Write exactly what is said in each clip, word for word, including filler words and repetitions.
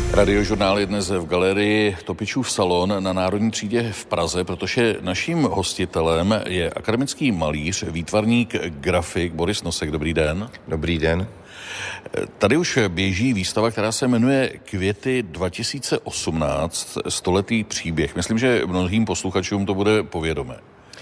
Radiožurnál je dnes v galerii Topičův salon na Národní třídě v Praze, protože naším hostitelem je akademický malíř, výtvarník, grafik Boris Nosek. Dobrý den. Dobrý den. Tady už běží výstava, která se jmenuje Květy dva tisíce osmnáct, stoletý příběh. Myslím, že mnohým posluchačům to bude povědomé.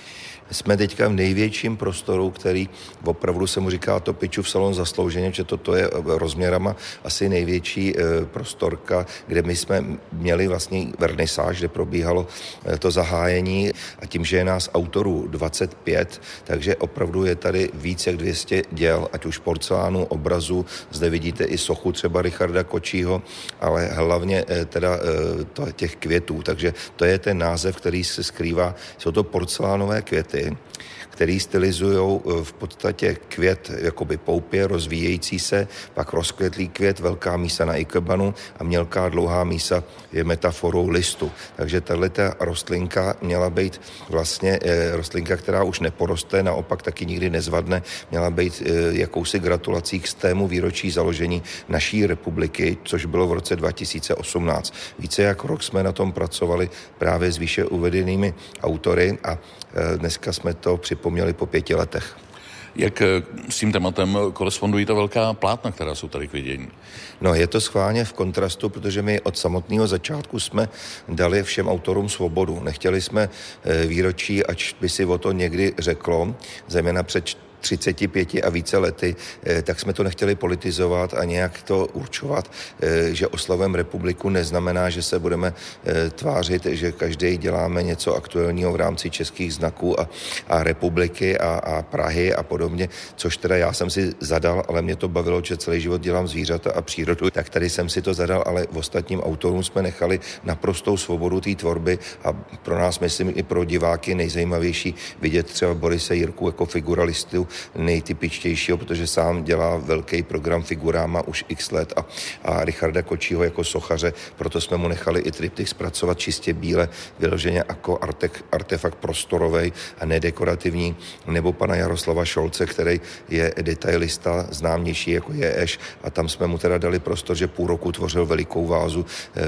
Jsme teďka v největším prostoru, který opravdu se mu říká Topičův salon zaslouženě, že toto je rozměrama asi největší prostorka, kde my jsme měli vlastně vernisáž, kde probíhalo to zahájení a tím, že je nás autorů dvacet pět, takže opravdu je tady víc jak dvě stě děl, ať už porcelánu, obrazu, zde vidíte i sochu třeba Richarda Kočího, ale hlavně teda těch květů, takže to je ten název, který se skrývá, jsou to porcelánové květy, který stylizují v podstatě květ jakoby poupě, rozvíjející se, pak rozkvětlý květ, velká mísa na ikebanu a mělká dlouhá mísa je metaforou listu. Takže tato rostlinka měla být vlastně rostlinka, která už neporoste, naopak taky nikdy nezvadne, měla být jakousi gratulací k stému výročí založení naší republiky, což bylo v roce dva tisíce osmnáct. Více jak rok jsme na tom pracovali právě s výše uvedenými autory a dneska jsme to připomněli po pěti letech. Jak s tím tématem korespondují ta velká plátna, která jsou tady k vidění? No, je to schválně v kontrastu, protože my od samotného začátku jsme dali všem autorům svobodu. Nechtěli jsme výročí, ač by si o to někdy řeklo, zejména před třiceti pěti a více lety, tak jsme to nechtěli politizovat a nějak to určovat, že oslavujeme republiku neznamená, že se budeme tvářit, že každý děláme něco aktuálního v rámci českých znaků a, a republiky a, a Prahy a podobně, což teda já jsem si zadal, ale mě to bavilo, že celý život dělám zvířata a přírodu, tak tady jsem si to zadal, ale v ostatním autorům jsme nechali naprostou svobodu té tvorby a pro nás, myslím, i pro diváky nejzajímavější vidět třeba Borise Jirku jako figuralistu, nejtypičtějšího, protože sám dělá velký program figuráma už x let a, a Richarda Kočího jako sochaře, proto jsme mu nechali i triptych zpracovat čistě bíle, vyloženě jako artek, artefakt prostorovej a nedekorativní, nebo pana Jaroslava Šolce, který je detailista známější jako je Eš a tam jsme mu teda dali prostor, že půl roku tvořil velikou vázu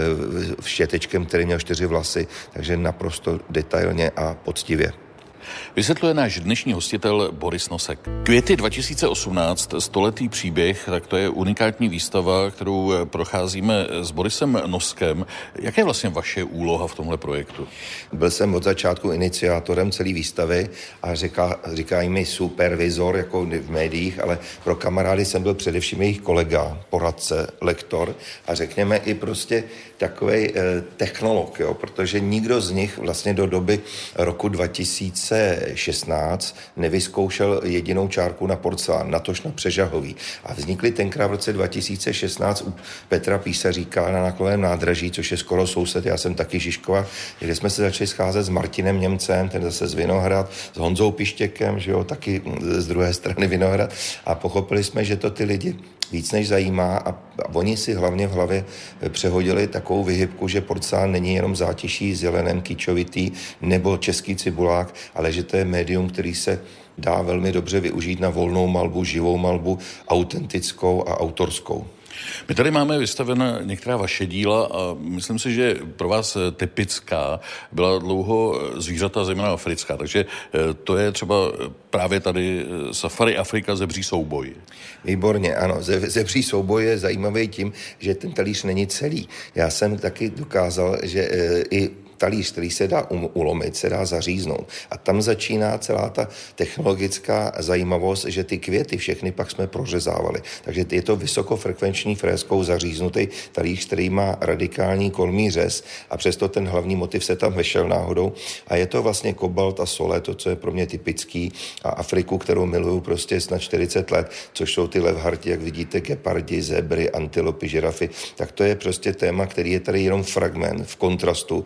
e, štětečkem, který měl čtyři vlasy, takže naprosto detailně a poctivě. Vysvětluje náš dnešní hostitel Boris Nosek. Květy dva tisíce osmnáct, stoletý příběh, tak to je unikátní výstava, kterou procházíme s Borisem Noskem. Jaká je vlastně vaše úloha v tomhle projektu? Byl jsem od začátku iniciátorem celé výstavy a říká, říkají mi supervizor, jako v médiích, ale pro kamarády jsem byl především jejich kolega, poradce, lektor a řekněme i prostě takovej eh, technolog, jo, protože nikdo z nich vlastně do doby roku dva tisíce šestnáct nevyzkoušel jedinou čárku na porcelán, natož na přežahový. A vznikly tenkrát v roce dva tisíce šestnáct u Petra Písaříka na Nákladovém nádraží, což je skoro soused, já jsem taky Žižkova, kde jsme se začali scházet s Martinem Němcem, ten zase z Vinohrad, s Honzou Pištěkem, že jo, taky z druhé strany Vinohrad a pochopili jsme, že to ty lidi víc než zajímá a, a oni si hlavně v hlavě přehodili takovou vyhybku, že porcelán není jenom zátiší zelenem, kýčovitý nebo český cibulák, ale že to je médium, který se dá velmi dobře využít na volnou malbu, živou malbu, autentickou a autorskou. My tady máme vystavená některá vaše díla a myslím si, že pro vás typická byla dlouho zvířata, zejména africká, takže to je třeba právě tady Safari Afrika, zebří souboj. Výborně, ano. Zebří souboj je zajímavý tím, že ten talíř není celý. Já jsem taky dokázal, že i talíř, který se dá ulomit, se dá zaříznout. A tam začíná celá ta technologická zajímavost, že ty květy všechny pak jsme prořezávali. Takže je to vysokofrekvenční frézkou zaříznutý talíř, který má radikální kolmý řez a přesto ten hlavní motiv se tam vešel náhodou. A je to vlastně kobalt a sole, to, co je pro mě typický. A Afriku, kterou miluju prostě snad čtyřicet let, což jsou ty levharti, jak vidíte, gepardi, zebry, antilopy, žirafy, tak to je prostě téma, který je tady jenom fragment v kontrastu, aby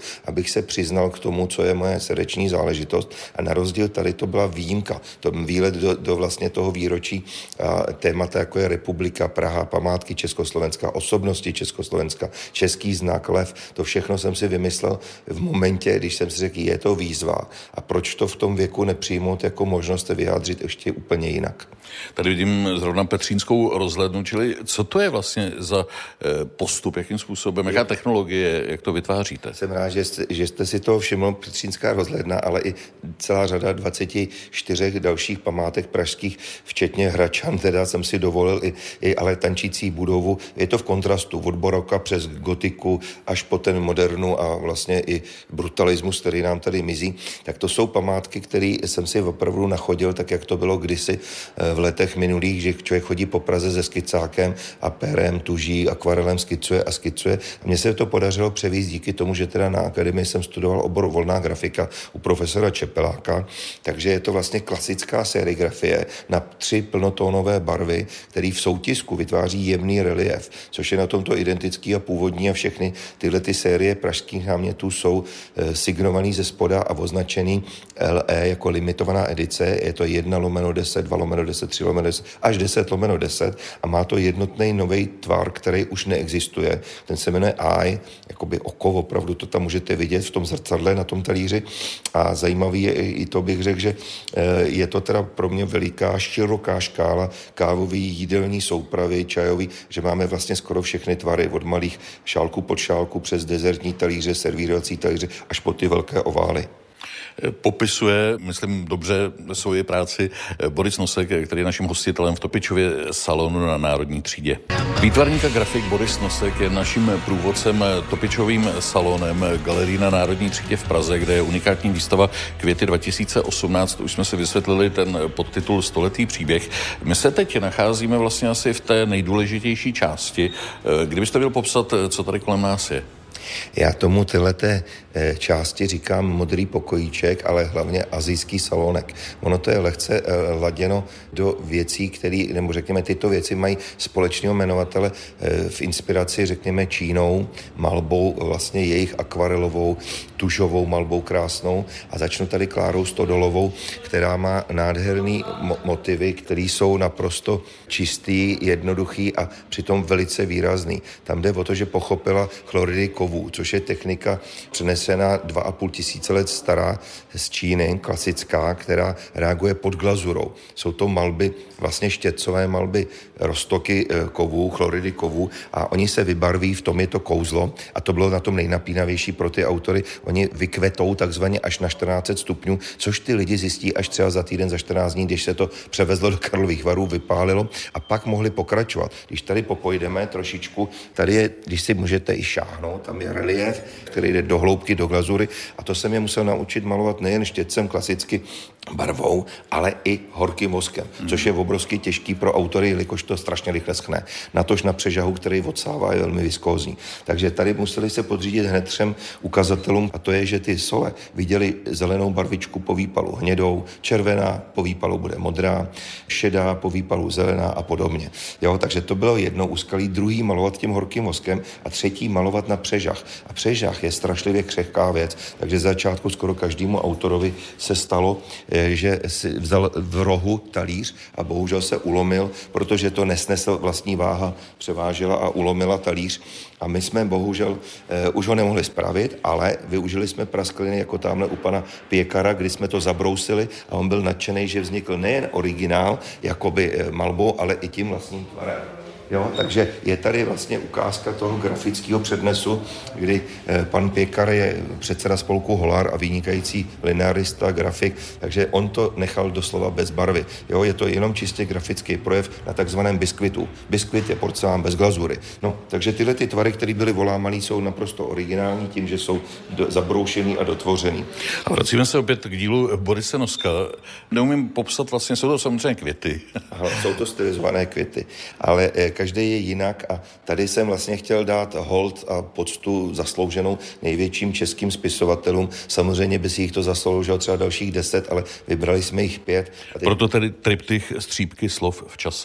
abych se přiznal k tomu, co je moje srdeční záležitost. A na rozdíl tady to byla výjimka. To výlet do, do vlastně toho výročí a témata, jako je republika, Praha, památky Československa, osobnosti Československa, český znak, lev, to všechno jsem si vymyslel v momentě, když jsem si řekl, je to výzva. A proč to v tom věku nepřijmout jako možnost se vyjádřit ještě úplně jinak? Tady vidím zrovna petřínskou rozhlednu, čili co to je vlastně za postup, jakým způsobem, jaká technologie, jak to vytváříte? Jsem rád, že jste, že jste si toho všiml, petřínská rozhledna, ale i celá řada dvacet čtyři dalších památek pražských, včetně Hradčan, teda jsem si dovolil i, i ale tančící budovu. Je to v kontrastu od baroka přes gotiku až po ten modernu a vlastně i brutalismus, který nám tady mizí. Tak to jsou památky, které jsem si opravdu nachodil, tak jak to bylo kdysi v letech minulých, že člověk chodí po Praze se skicákem a perem, tuží, akvarelem skicuje a skicuje. A mně se to podařilo převízt díky tomu, že teda na akademii jsem studoval obor volná grafika u profesora Čepeláka, takže je to vlastně klasická serigrafie na tři plnotónové barvy, který v soutisku vytváří jemný relief, což je na tomto identický a původní a všechny tyhle ty série pražských námětů jsou e, signovaný ze spoda a označený L E jako limitovaná edice. Je to jedna lomeno deset, dva lomeno deset, tři lomeno deset, až deset lomeno deset a má to jednotný nový tvar, který už neexistuje. Ten se jmenuje Eye, jakoby oko, opravdu to tam můžete vidět v tom zrcadle na tom talíři a zajímavý je i to, bych řekl, že je to teda pro mě veliká, široká škála kávový, jídelní soupravy, čajový, že máme vlastně skoro všechny tvary, od malých šálků pod šálku přes dezertní talíře, servírovací talíře až po ty velké ovály. Popisuje, myslím, dobře svoji práci Boris Nosek, který je naším hostitelem v Topičově salonu na Národní třídě. Výtvarník a grafik Boris Nosek je naším průvodcem Topičovým salonem Galerii na Národní třídě v Praze, kde je unikátní výstava Květy dva tisíce osmnáct. Už jsme si vysvětlili ten podtitul Stoletý příběh. My se teď nacházíme vlastně asi v té nejdůležitější části. Kdybyste měl popsat, co tady kolem nás je? Já tomu tyhleté části říkám modrý pokojíček, ale hlavně asijský salonek. Ono to je lehce laděno do věcí, které, nebo řekněme, tyto věci mají společného jmenovatele v inspiraci, řekněme, Čínou, malbou, vlastně jejich akvarelovou, tužovou malbou krásnou a začnu tady Klárou Stodolovou, která má nádherný mo- motivy, které jsou naprosto čistý, jednoduchý a přitom velice výrazný. Tam jde o to, že pochopila chloridy kovů, což je technika přenesená dva a půl tisíce let stará z Číny, klasická, která reaguje pod glazurou. Jsou to malby, vlastně štětcové malby, roztoky kovů, chloridy kovů a oni se vybarví, v tom je to kouzlo a to bylo na tom nejnapínavější pro ty autory. Oni vykvetou takzvaně až na čtrnáct set stupňů, což ty lidi zjistí až třeba za týden, za čtrnáct dní, když se to převezlo do Karlových Varů, vypálilo a pak mohli pokračovat. Když tady popojdeme trošičku, tady je, když si můžete i šáhnout, tam je relief, který jde do hloubky, do glazury a to jsem je musel naučit malovat nejen štětcem klasicky barvou, ale i horkým voskem, hmm. což je obrovsky těžký pro autory, jelikož to strašně rychle schne. Natož na přežahu, který odsává, je velmi viskózní. Takže tady museli se podřídit hned třem ukazatelům a to je, že ty sole viděli zelenou barvičku po výpalu hnědou, červená po výpalu bude modrá, šedá po výpalu zelená a podobně. Jo, takže to bylo jedno úskalí, druhý malovat tím horkým voskem a třetí malovat na přežah. A přežah je strašlivě křehká věc, takže za začátku skoro každému autorovi se stalo, že si vzal v rohu talíř a bohužel se ulomil, protože to nesnesl vlastní váha, převážela a ulomila talíř. A my jsme bohužel eh, už ho nemohli spravit, ale využili jsme praskliny jako tamhle u pana Pěkara, kdy jsme to zabrousili a on byl nadšený, že vznikl nejen originál, jakoby eh, malbou, ale i tím vlastním tvarem. Jo, takže je tady vlastně ukázka toho grafického přednesu, kdy eh, pan Pěkar je předseda spolku Holár a vynikající linearista, grafik, takže on to nechal doslova bez barvy. Jo, je to jenom čistě grafický projev na takzvaném biskvitu. Biskvit je porcelán bez glazury. No, takže tyhle ty tvary, které byly volámaný, jsou naprosto originální tím, že jsou do, zabroušený a dotvořený. A vracíme se opět k dílu Borise Noska. Neumím popsat, vlastně jsou to samozřejmě květy. Aha, jsou to stylizované květy, ale eh, každý je jinak a tady jsem vlastně chtěl dát hold a poctu zaslouženou největším českým spisovatelům. Samozřejmě by si jich to zasloužil třeba dalších deset, ale vybrali jsme jich pět. Teď... Proto tedy triptych Střípky slov v čase.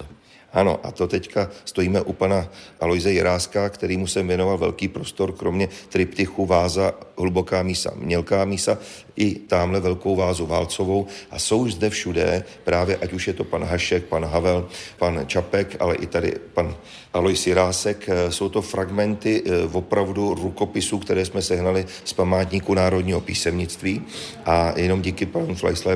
Ano, a to teďka stojíme u pana Alojze Jiráska, kterýmu jsem věnoval velký prostor, kromě triptychu váza, hluboká mísa, mělká mísa, i tamhle velkou vázu válcovou. A jsou zde všude právě, ať už je to pan Hašek, pan Havel, pan Čapek, ale i tady pan Alojz Jirásek. Jsou to fragmenty opravdu rukopisů, které jsme sehnali z památníku národního písemnictví a jenom díky panu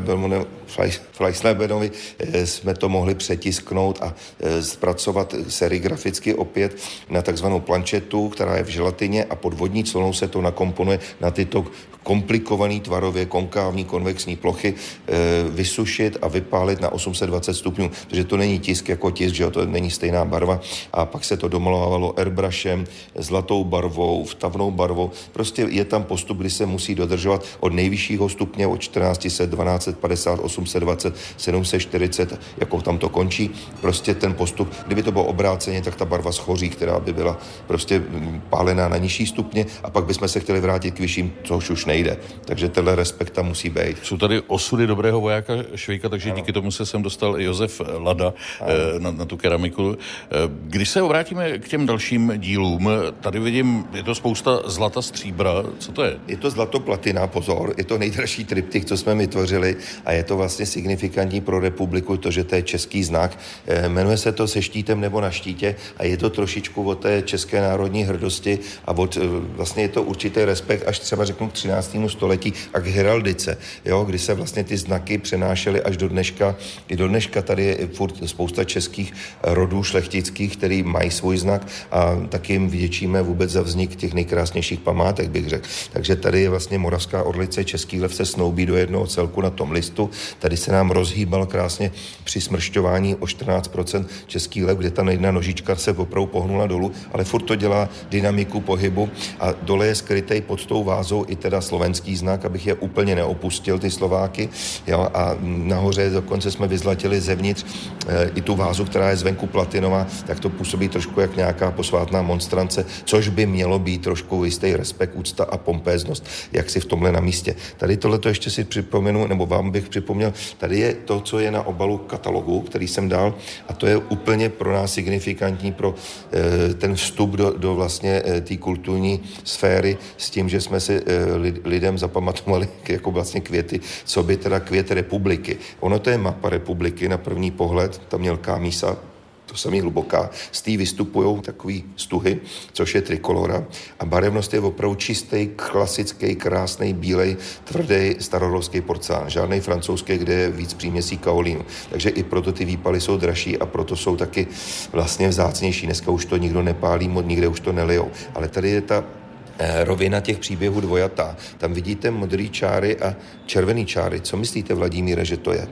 Fleischleibenovi jsme to mohli přetisknout a zpracovat serigraficky opět na takzvanou plančetu, která je v želatině a pod vodní clnou se to nakomponuje na tyto komplikovaný tvarově konkávní konvexní plochy, e, vysušit a vypálit na osm set dvacet stupňů, protože to není tisk jako tisk, že jo, to není stejná barva a pak se to domalovalo airbrushem, zlatou barvou, vtavnou barvou. Prostě je tam postup, kdy se musí dodržovat od nejvyššího stupně od čtrnáct set, dvanáct set padesát, osm set dvacet, sedm set čtyřicet, jako tam to končí. Prostě ten postup, kdyby to bylo obráceně, tak ta barva schoří, která by byla prostě pálená na nižší stupně a pak bychom se chtěli vrátit k vyšším, což už nejde. Takže tenhle respekt tam musí být. Jsou tady osudy dobrého vojáka Švejka, takže ano. Díky tomu se sem dostal i Josef Lada na, na tu keramiku. Když se obrátíme k těm dalším dílům, tady vidím, je to spousta zlata, stříbra. Co to je? Je to zlato platina, pozor, je to nejdražší triptych, co jsme vytvořili a je to vlastně signifikantní pro republiku, to, že to je český znak. Jmenuje se to Se štítem nebo na štítě a je to trošičku od té české národní hrdosti a od, vlastně je to určitý respekt, až třeba řeknu k třináctému století a k heraldice, jo, kdy se vlastně ty znaky přenášely až do dneška. I do dneška tady je furt spousta českých rodů šlechtických, který mají svůj znak a taky jim vděčíme vůbec za vznik těch nejkrásnějších památek, bych řekl. Takže tady je vlastně moravská orlice, český lev se snoubí do jednoho celku na tom listu. Tady se nám rozhýbal krásně při smršťování o čtrnáct procent český lev, kde ta jedna nožička se opravdu pohnula dolů, ale furt to dělá dynamiku pohybu a dole je skrytej pod tou vázou i teda slovenský znak, abych je úplně neopustil, ty Slováky. Jo, a nahoře dokonce jsme vyzlatili zevnitř e, i tu vázu, která je zvenku platinová, tak to působí trošku jak nějaká posvátná monstrance, což by mělo být trošku jistý respekt, úcta a pompéznost, jak si v tomhle na místě. Tady tohleto ještě si připomenu, nebo vám bych připomněl, tady je to, co je na obalu katalogu, který jsem dal, a to je úplně pro nás signifikantní pro e, ten vstup do, do vlastně e, té kulturní sféry s tím, že jsme si e, lidem zapamatovali jako vlastně květy, co by teda květ republiky. Ono to je mapa republiky na první pohled, tam mělká mísa, to samý hluboká, z té vystupují takový stuhy, což je trikolora a barevnost je opravdu čistý, klasický, krásný, bílej, tvrdý starorovský porcelán. Žádnej francouzský, kde je víc příměsí kaolínu. Takže i proto ty výpaly jsou dražší a proto jsou taky vlastně vzácnější. Dneska už to nikdo nepálí, nikde už to nelijou. Ale tady je ta rovina těch příběhů dvojatá. Tam vidíte modrý čáry a červený čáry. Co myslíte, Vladimíre, že to je?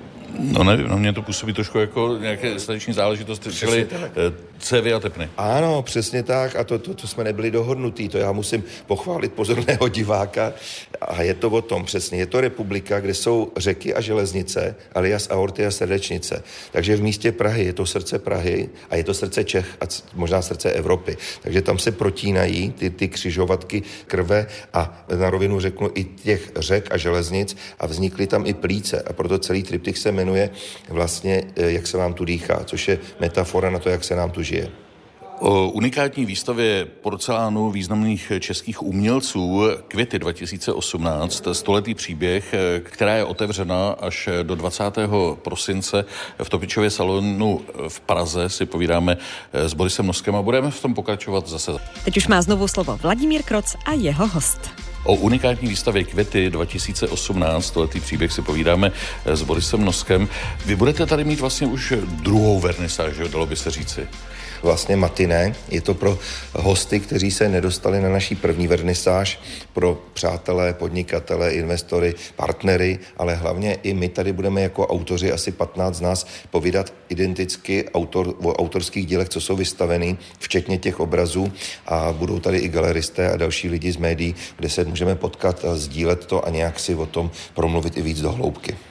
No nevím, no mě to působí trošku jako nějaké stateční záležitosti, čili cévy a tepny. Ano, přesně tak a to, to, to jsme nebyli dohodnutí, to já musím pochválit pozorného diváka a je to o tom přesně, je to republika, kde jsou řeky a železnice, alias aorty a srdečnice, takže v místě Prahy je to srdce Prahy a je to srdce Čech a možná srdce Evropy, takže tam se protínají ty, ty křižovatky krve a na rovinu řeknu i těch řek a železnic a vznikly tam i plíce a proto celý triptych se jmenuje vlastně, jak se vám tu dýchá, což je metafora na to, jak se nám tu žije. O unikátní výstavě porcelánu významných českých umělců Květy dva tisíce osmnáct, stoletý příběh, která je otevřena až do dvacátého prosince v Topičově salonu v Praze, si povídáme s Borisem Noskem a budeme v tom pokračovat zase. Teď už má znovu slovo Vladimír Kroc a jeho host. O unikátní výstavě Květy dva tisíce osmnáct, stoletý příběh, si povídáme s Borisem Noskem. Vy budete tady mít vlastně už druhou vernisáž, dalo by se říci. Vlastně matiné. Je to pro hosty, kteří se nedostali na naší první vernisáž, pro přátelé, podnikatele, investory, partnery, ale hlavně i my tady budeme jako autoři, asi patnáct z nás, povídat identicky autor, o autorských dílech, co jsou vystaveny, včetně těch obrazů a budou tady i galeristé a další lidi z médií, kde se můžeme potkat a sdílet to a nějak si o tom promluvit i víc do hloubky.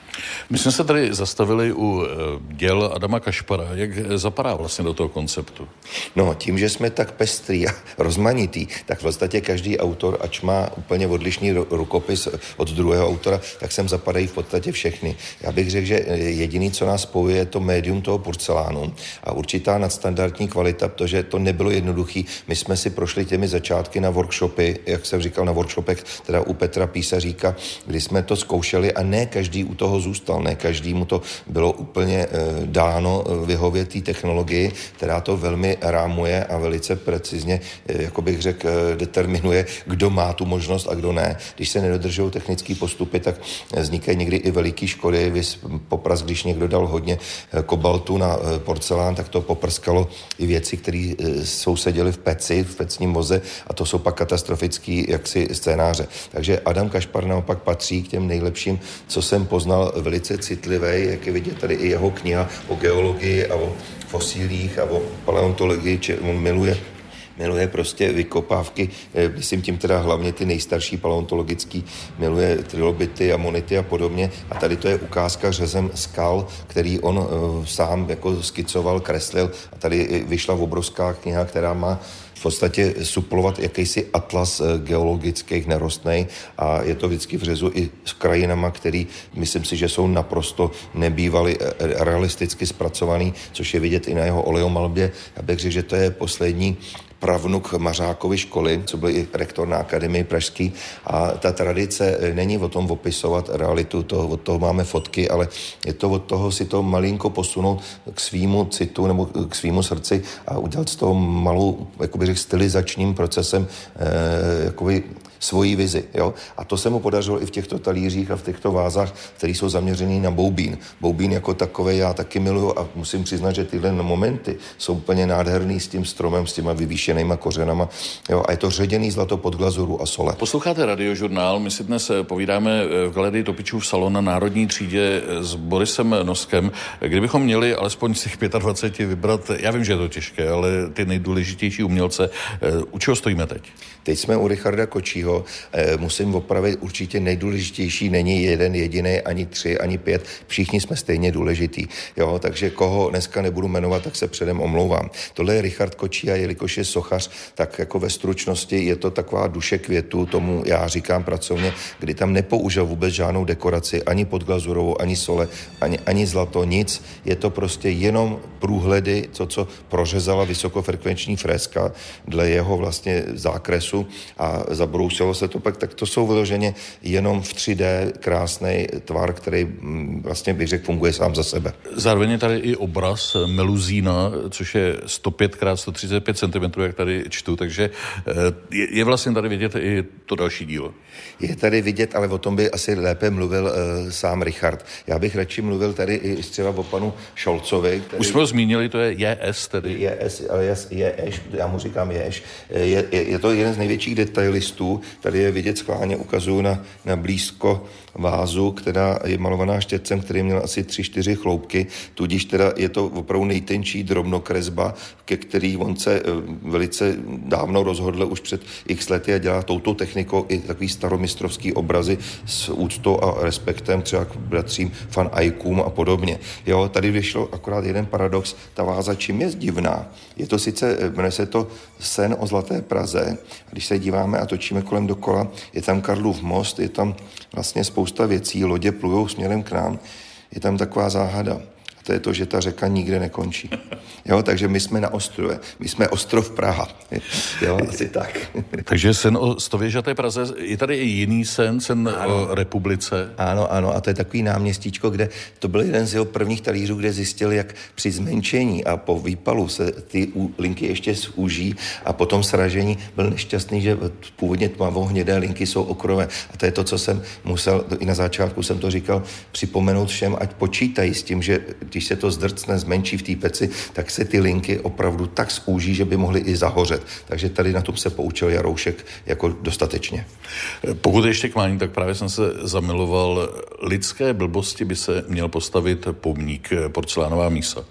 My jsme se tady zastavili u děl Adama Kašpara. Jak zapadá vlastně do toho konceptu? No, tím, že jsme tak pestrý a rozmanitý, tak v podstatě každý autor, ač má úplně odlišný rukopis od druhého autora, tak sem zapadají v podstatě všechny. Já bych řekl, že jediný, co nás spojuje, je to médium toho porcelánu a určitá nadstandardní kvalita, protože to nebylo jednoduchý. My jsme si prošli těmi začátky na workshopy, jak jsem říkal, na workshopech, teda u Petra Písaříka, kdy jsme to zkoušeli a ne každý u toho zůstal, ne každému to bylo úplně e, dáno vyhovět té technologii, která to velmi rámuje a velice precizně, e, jako bych řekl, e, determinuje, kdo má tu možnost a kdo ne. Když se nedodržují technické postupy, tak vznikají někdy i veliký škody. Vys popras, když někdo dal hodně e, kobaltu na e, porcelán, tak to poprskalo i věci, které e, sousedily v peci, v pecním voze a to jsou pak katastrofický jaksi scénáře. Takže Adam Kašpar naopak patří k těm nejlepším, co jsem poznal, velice citlivý, jak je vidět tady i jeho kniha o geologii a o fosílích a o paleontologii, či on miluje miluje prostě vykopávky, myslím tím teda hlavně ty nejstarší paleontologický, miluje trilobity, amonity a podobně. A tady to je ukázka řezem skal, který on uh, sám jako skicoval, kreslil. A tady vyšla obrovská kniha, která má v podstatě suplovat jakýsi atlas geologických nerostnej a je to vždycky v řezu i s krajinama, který myslím si, že jsou naprosto nebývaly realisticky zpracovaný, což je vidět i na jeho oleomalbě. Já bych řekl, že to je poslední pravnuk Mařákovy školy, co byl i rektor na Akademii pražský a ta tradice není o tom opisovat realitu, to, od toho máme fotky, ale je to od toho si to malinko posunout k svýmu citu nebo k svýmu srdci a udělat z toho malou, jakoby řekl, stylizačním procesem eh, jakoby svoji vizi. Jo? A to se mu podařilo i v těchto talířích a v těchto vázách, které jsou zaměřený na boubín. Boubín jako takové já taky miluju a musím přiznat, že tyhle momenty jsou úplně nádherný s tím stromem, s těma vyvýšenýma kořenama. Jo? A je to ředěný zlato pod glazuru a sole. Posloucháte Radiožurnál, my si dnes povídáme v Galerii Topičův salon na Národní třídě s Borisem Noskem. Kdybychom měli alespoň z těch dvacet pět vybrat, já vím, že je to těžké, ale ty nejdůležitější umělce, u čeho stojíme teď? Teď jsme u Richarda Kočího. E, musím opravit, určitě nejdůležitější není jeden jediný, ani tři, ani pět. Všichni jsme stejně důležitý. Jo? Takže koho dneska nebudu jmenovat, tak se předem omlouvám. Tohle je Richard Kočí a jelikož je sochař, tak jako ve stručnosti je to taková duše květu, tomu já říkám pracovně, kdy tam nepoužil vůbec žádnou dekoraci, ani pod glazurovou, ani sole, ani, ani zlato, nic. Je to prostě jenom průhledy, to, co prořezala vysokofrekvenční fréska dle jeho vlastně zákresu a zabrousilo se to pak, tak to jsou vyloženě jenom v tři dé krásný tvar, který vlastně bych řekl funguje sám za sebe. Zároveň je tady i obraz Meluzína, což je sto pět krát sto třicet pět centimetrů, jak tady čtu, takže je, je vlastně tady vidět i to další dílo. Je tady vidět, ale o tom by asi lépe mluvil uh, sám Richard. Já bych radši mluvil tady i třeba o panu Šolcovi. Který... Už jsme ho zmínili, to je J S tedy. J S, ale Ješ, já mu říkám Ješ. Je, je, je to jeden z největších detailistů. Tady je vidět, schválně ukazuju na, na blízko vázu, která je malovaná štětcem, který měl asi tři, čtyři chloupky, tudíž teda je to opravdu nejtenčí drobnokresba, ke který on se velice dávno rozhodl už před x lety a dělá touto technikou i takový staromistrovský obrazy s úctou a respektem třeba k bratřím Van Eyckům a podobně. Jo, tady vyšlo akorát jeden paradox, ta váza čím je divná. Je to sice, jmenuje se to Sen o zlaté Praze, a když se díváme a točíme kolem dokola, je tam Karlův most, je tam vlastně spousta věcí, lodě plujou směrem k nám, je tam taková záhada. A to je to, že ta řeka nikde nekončí. Jo, takže my jsme na ostrově. My jsme ostrov Praha. Jo, asi tak. Takže sen o stověžaté Praze. Je tady i jiný sen, sen ano. o republice. Ano, ano. A to je takový náměstíčko, kde to byl jeden z jeho prvních talířů, kde zjistil, jak při zmenšení a po výpalu se ty linky ještě zúží a potom sražení byl nešťastný, že původně tmavohnědé linky jsou okrové. A to je to, co jsem musel, i na začátku jsem to říkal, připomenout všem, ať počítají s tím, že když se to zdrcne, zmenší v té peci, tak se ty linky opravdu tak zúží, že by mohly i zahořet. Takže tady na tom se poučil Jaroušek jako dostatečně. Pokud ještě k mání, tak právě jsem se zamiloval. Lidské blbosti by se měl postavit pomník, porcelánová mísa.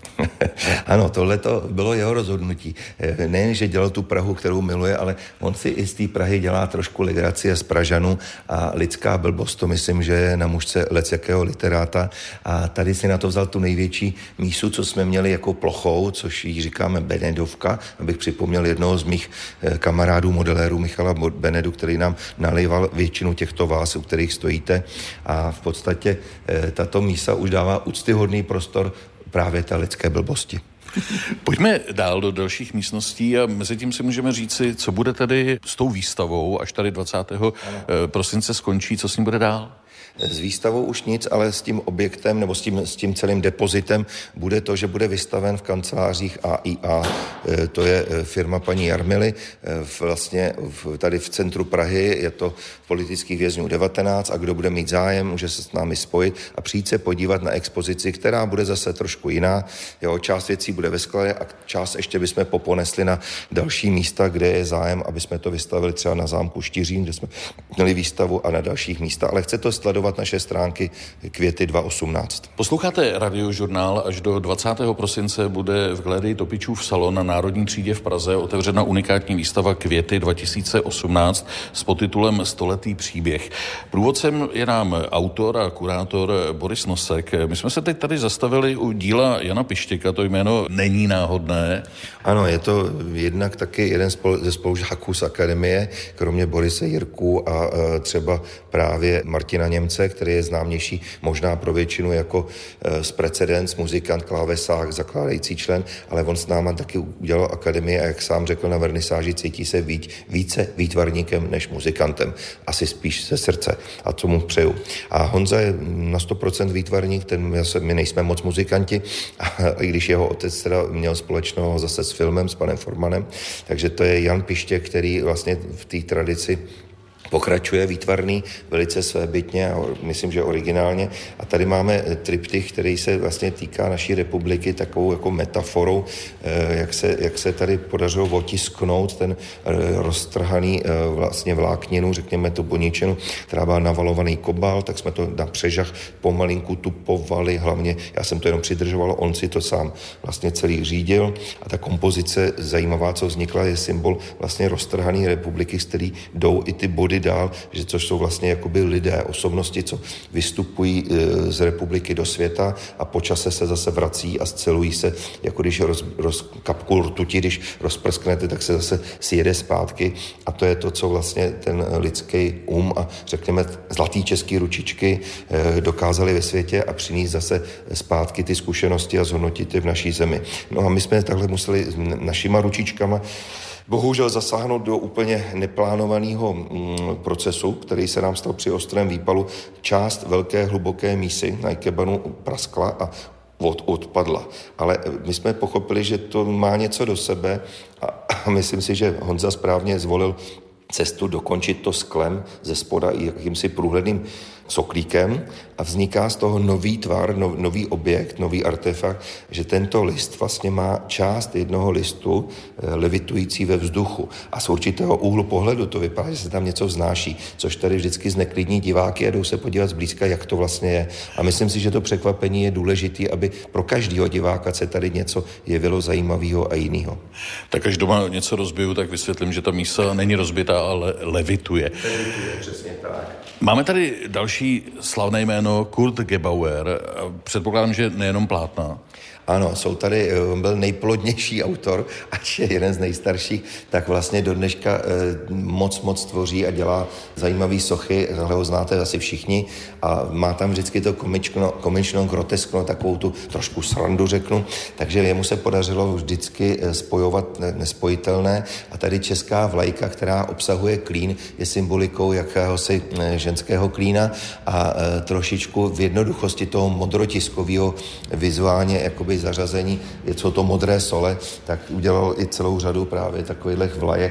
Ano, tohle to bylo jeho rozhodnutí. Nejen, že dělal tu Prahu, kterou miluje, ale on si i z té Prahy dělá trošku legraci z Pražanů a lidská blbost, to myslím, že je na mužce lecjakého literáta a tady si na to vzal tu největší mísu, co jsme měli jako plochou, což jí říkáme Benedovka, abych připomněl jednoho z mých kamarádů, modelérů Michala Benedu, který nám nalejval většinu těchto vás, u kterých stojíte a v podstatě tato mísa už dává úctyhodný prostor právě té lidské blbosti. Pojďme dál do dalších místností a mezi tím si můžeme říci, co bude tedy s tou výstavou, až tady dvacátého prosince skončí, co s ním bude dál? S výstavou už nic, ale s tím objektem nebo s tím, s tím celým depozitem bude to, že bude vystaven v kancelářích A I A. To je firma paní Jarmily, vlastně tady v centru Prahy, je to politických vězňů devatenáct a kdo bude mít zájem, může se s námi spojit a přijít se podívat na expozici, která bude zase trošku jiná. Jo, část věcí bude ve skladě a část ještě bychom poponesli na další místa, kde je zájem, aby jsme to vystavili třeba na zámku Štiřín, kde jsme měli výstavu a na dalších místech, ale chce to sledovat naše stránky Květy dva tisíce osmnáct. Posloucháte Radiožurnál, až do dvacátého prosince bude v Galerii Topičův salon na Národní třídě v Praze otevřena unikátní výstava Květy dva tisíce osmnáct s podtitulem Stoletý příběh. Průvodcem je nám autor a kurátor Boris Nosek. My jsme se teď tady zastavili u díla Jana Pištěka, to jméno není náhodné. Ano, je to jednak taky jeden ze spolužáků z akademie, kromě Borise Jirku a e, třeba právě Martina Němce, který je známější možná pro většinu jako e, z precedens, muzikant, klávesák, zakládající člen, ale on s náma taky udělal akademii a jak sám řekl na vernisáži, cítí se víc, více výtvarníkem než muzikantem. Asi spíš ze srdce a co mu přeju. A Honza je na sto procent výtvarník, ten, my nejsme moc muzikanti, a, i když jeho otec teda měl společného zase s filmem, s panem Formanem, takže to je Jan Pištěk, který vlastně v té tradici pokračuje výtvarný, velice svébytně a myslím, že originálně. A tady máme triptych, který se vlastně týká naší republiky takovou jako metaforou, jak se, jak se tady podařilo otisknout ten roztrhaný vlastně vlákninu, řekněme to boničenu, která byla navalovaný kobalt, tak jsme to na přežach pomalinku tupovali, hlavně já jsem to jenom přidržoval, on si to sám vlastně celý řídil a ta kompozice zajímavá, co vznikla, je symbol vlastně roztrhaný republiky, z který jdou i ty body dál, že což jsou vlastně jakoby lidé, osobnosti, co vystupují e, z republiky do světa a po čase se zase vrací a scelují se, jako když roz, roz, kapku rtuti, když rozprsknete, tak se zase sjede zpátky a to je to, co vlastně ten lidský um a řekněme zlatý český ručičky e, dokázali ve světě a přinést zase zpátky ty zkušenosti a zhodnotit je v naší zemi. No a my jsme takhle museli našima ručičkama bohužel zasáhnout do úplně neplánovaného mm, procesu, který se nám stal při ostrém výpalu. Část velké hluboké mísy na Ikebanu praskla a od, odpadla. Ale my jsme pochopili, že to má něco do sebe a, a myslím si, že Honza správně zvolil cestu dokončit to sklem ze spoda i jakýmsi průhledným soklíkem a vzniká z toho nový tvar, no, nový objekt, nový artefakt, že tento list vlastně má část jednoho listu e, levitující ve vzduchu a z určitého úhlu pohledu to vypadá, že se tam něco vznáší, což tady vždycky zneklidní diváky a jdou se podívat zblízka, jak to vlastně je. A myslím si, že to překvapení je důležité, aby pro každého diváka se tady něco jevilo zajímavého a jiného. Tak až doma něco rozbiju, tak vysvětlím, že ta mísa není rozbitá, ale levituje. Levituje, přesně tak. Máme tady další slavné jméno Kurt Gebauer. Předpokládám, že nejenom plátna. Ano, jsou tady, on byl nejplodnější autor, ač je jeden z nejstarších, tak vlastně do dneška moc, moc tvoří a dělá zajímavý sochy, ale ho znáte asi všichni a má tam vždycky to komično, komično groteskno, takovou tu trošku srandu řeknu, takže jemu se podařilo vždycky spojovat nespojitelné a tady česká vlajka, která obsahuje klín, je symbolikou jakéhosi ženského klína a trošičku v jednoduchosti toho modrotiskového vizuálně jakoby zařazení, jsou to modré sole, tak udělal i celou řadu právě takových vlajek,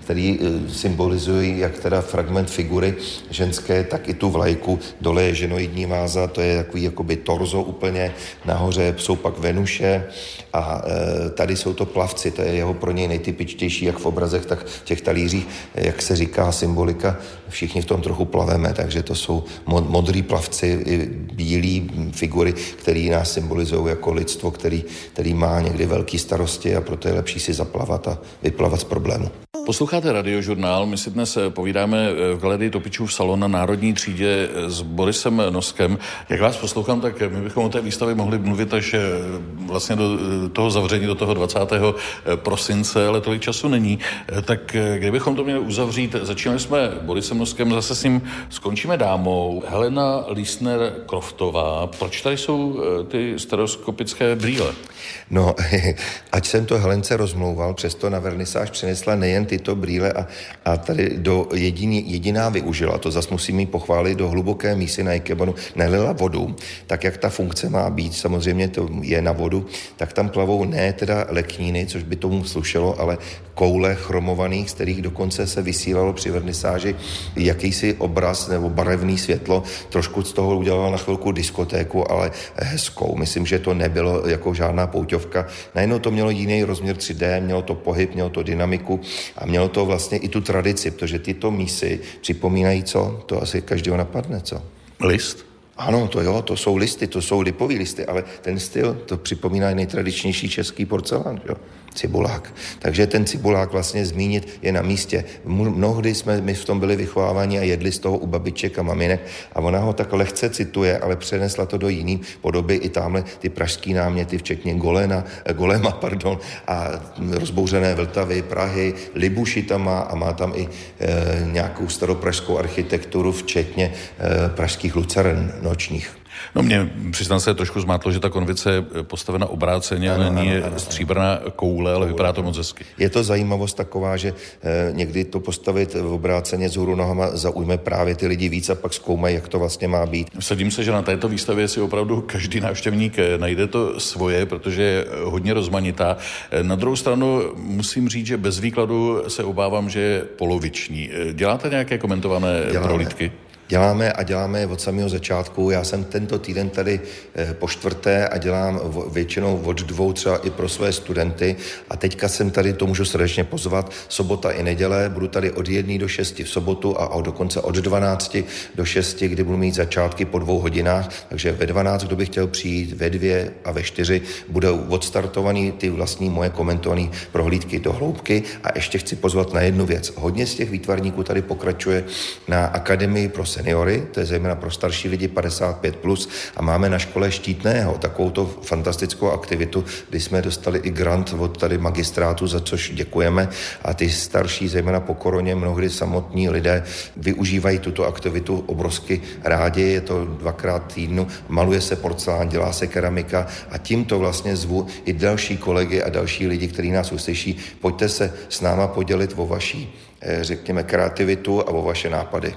který symbolizují jak teda fragment figury ženské, tak i tu vlajku. Dole je ženoidní váza, to je takový jakoby torzo úplně, nahoře jsou pak Venuše a tady jsou to plavci, to je jeho pro něj nejtypičtější, jak v obrazech, tak v těch talířích, jak se říká symbolika, všichni v tom trochu plaveme, takže to jsou modrý plavci, bílí figury, který nás symbolizují jako lidstvo, který, který má někdy velký starosti a proto je lepší si zaplavat a vyplavat z problému. Posloucháte Radiožurnál, my si dnes povídáme v galerii Topičův salon na Národní třídě s Borisem Noskem. Jak vás poslouchám, tak my bychom o té výstavě mohli mluvit až vlastně do toho zavření, do toho dvacátého prosince, ale tolik času není. Tak kdybychom to měli uzavřít, začínali jsme Borisem Noskem, zase s ním skončíme dámou. Helena Liesner-Kroftová, proč tady jsou ty stereoskopické brýle? No, ať jsem to Helence rozmlouval, přesto na vernisáž přinesla nejen tyto brýle a, a tady do jediný, jediná využila, to zas musím jí pochválit, do hluboké mísy na ikebanu nalila vodu, tak jak ta funkce má být, samozřejmě to je na vodu, tak tam plavou ne teda lekníny, což by tomu slušelo, ale koule chromovaných, z kterých dokonce se vysílalo při vernisáži jakýsi obraz nebo barevný světlo, trošku z toho udělala na chvilku diskotéku, ale hezkou. Myslím, že to nebylo jako žádná pouťovka. Najednou to mělo jiný rozměr tři dé, mělo to pohyb, mělo to dynamiku a mělo to vlastně i tu tradici, protože tyto mísy připomínají co? To asi každého napadne, co? List? Ano, to jo, to jsou listy, to jsou lipový listy, ale ten styl, to připomíná nejtradičnější český porcelán, jo? Cibulák. Takže ten cibulák vlastně zmínit je na místě. Mnohdy jsme my v tom byli vychováváni a jedli z toho u babiček a maminek a ona ho tak lehce cituje, ale přenesla to do jiný podoby i tamhle ty pražský náměty, včetně Golena, Golema, pardon, a rozbouřené Vltavy, Prahy, Libuši tam má a má tam i e, nějakou staropražskou architekturu, včetně e, pražských luceren nočních. No mě přiznám se trošku zmátlo, že ta konvice je postavena obráceně, ale není stříbrná koule, ale vypadá to moc hezky. Je to zajímavost taková, že eh, někdy to postavit v obráceně vzhůru nohama zaujme právě ty lidi víc a pak zkoumají, jak to vlastně má být. Vsadím se, že na této výstavě si opravdu každý návštěvník najde to svoje, protože je hodně rozmanitá. Na druhou stranu musím říct, že bez výkladu se obávám, že je poloviční. Děláte nějaké komentované prohlídky? Děláme a děláme od samého začátku. Já jsem tento týden tady po čtvrté a dělám většinou od dvou třeba i pro své studenty a teďka jsem tady, to můžu srdečně pozvat, sobota i neděle, budu tady od jedné do šesti v sobotu a dokonce od dvanácti do šesti, kdy budu mít začátky po dvou hodinách, takže ve dvanáct, kdo by chtěl přijít, ve dvě a ve čtyři budou odstartovaný ty vlastní moje komentované prohlídky do hloubky a ještě chci pozvat na jednu věc. Hodně z těch výtvarníků tady pokračuje na Akademii pro seniory, to je zejména pro starší lidi padesát pět plus a máme na škole Štítného takovouto fantastickou aktivitu, kdy jsme dostali i grant od tady magistrátu, za což děkujeme a ty starší, zejména po koroně, mnohdy samotní lidé využívají tuto aktivitu obrovsky rádi, je to dvakrát týdnu, maluje se porcelán, dělá se keramika a tímto vlastně zvu i další kolegy a další lidi, kteří nás uslyší, pojďte se s náma podělit o vaší, řekněme, kreativitu a o vaše nápady.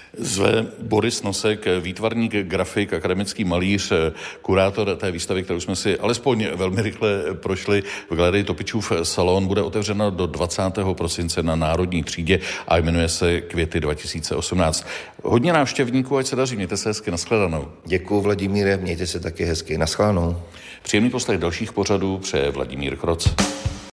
Zve Boris Nosek, výtvarník, grafik, akademický malíř, kurátor té výstavy, kterou jsme si alespoň velmi rychle prošli v galerii Topičův salon. Bude otevřena do dvacátého prosince na Národní třídě a jmenuje se Květy dva tisíce osmnáct. Hodně návštěvníků, ať se daří, mějte se hezky, nashledanou. Děkuju, Vladimíre, mějte se taky hezky, nashledanou. Příjemný poslech dalších pořadů přeje Vladimír Kroc.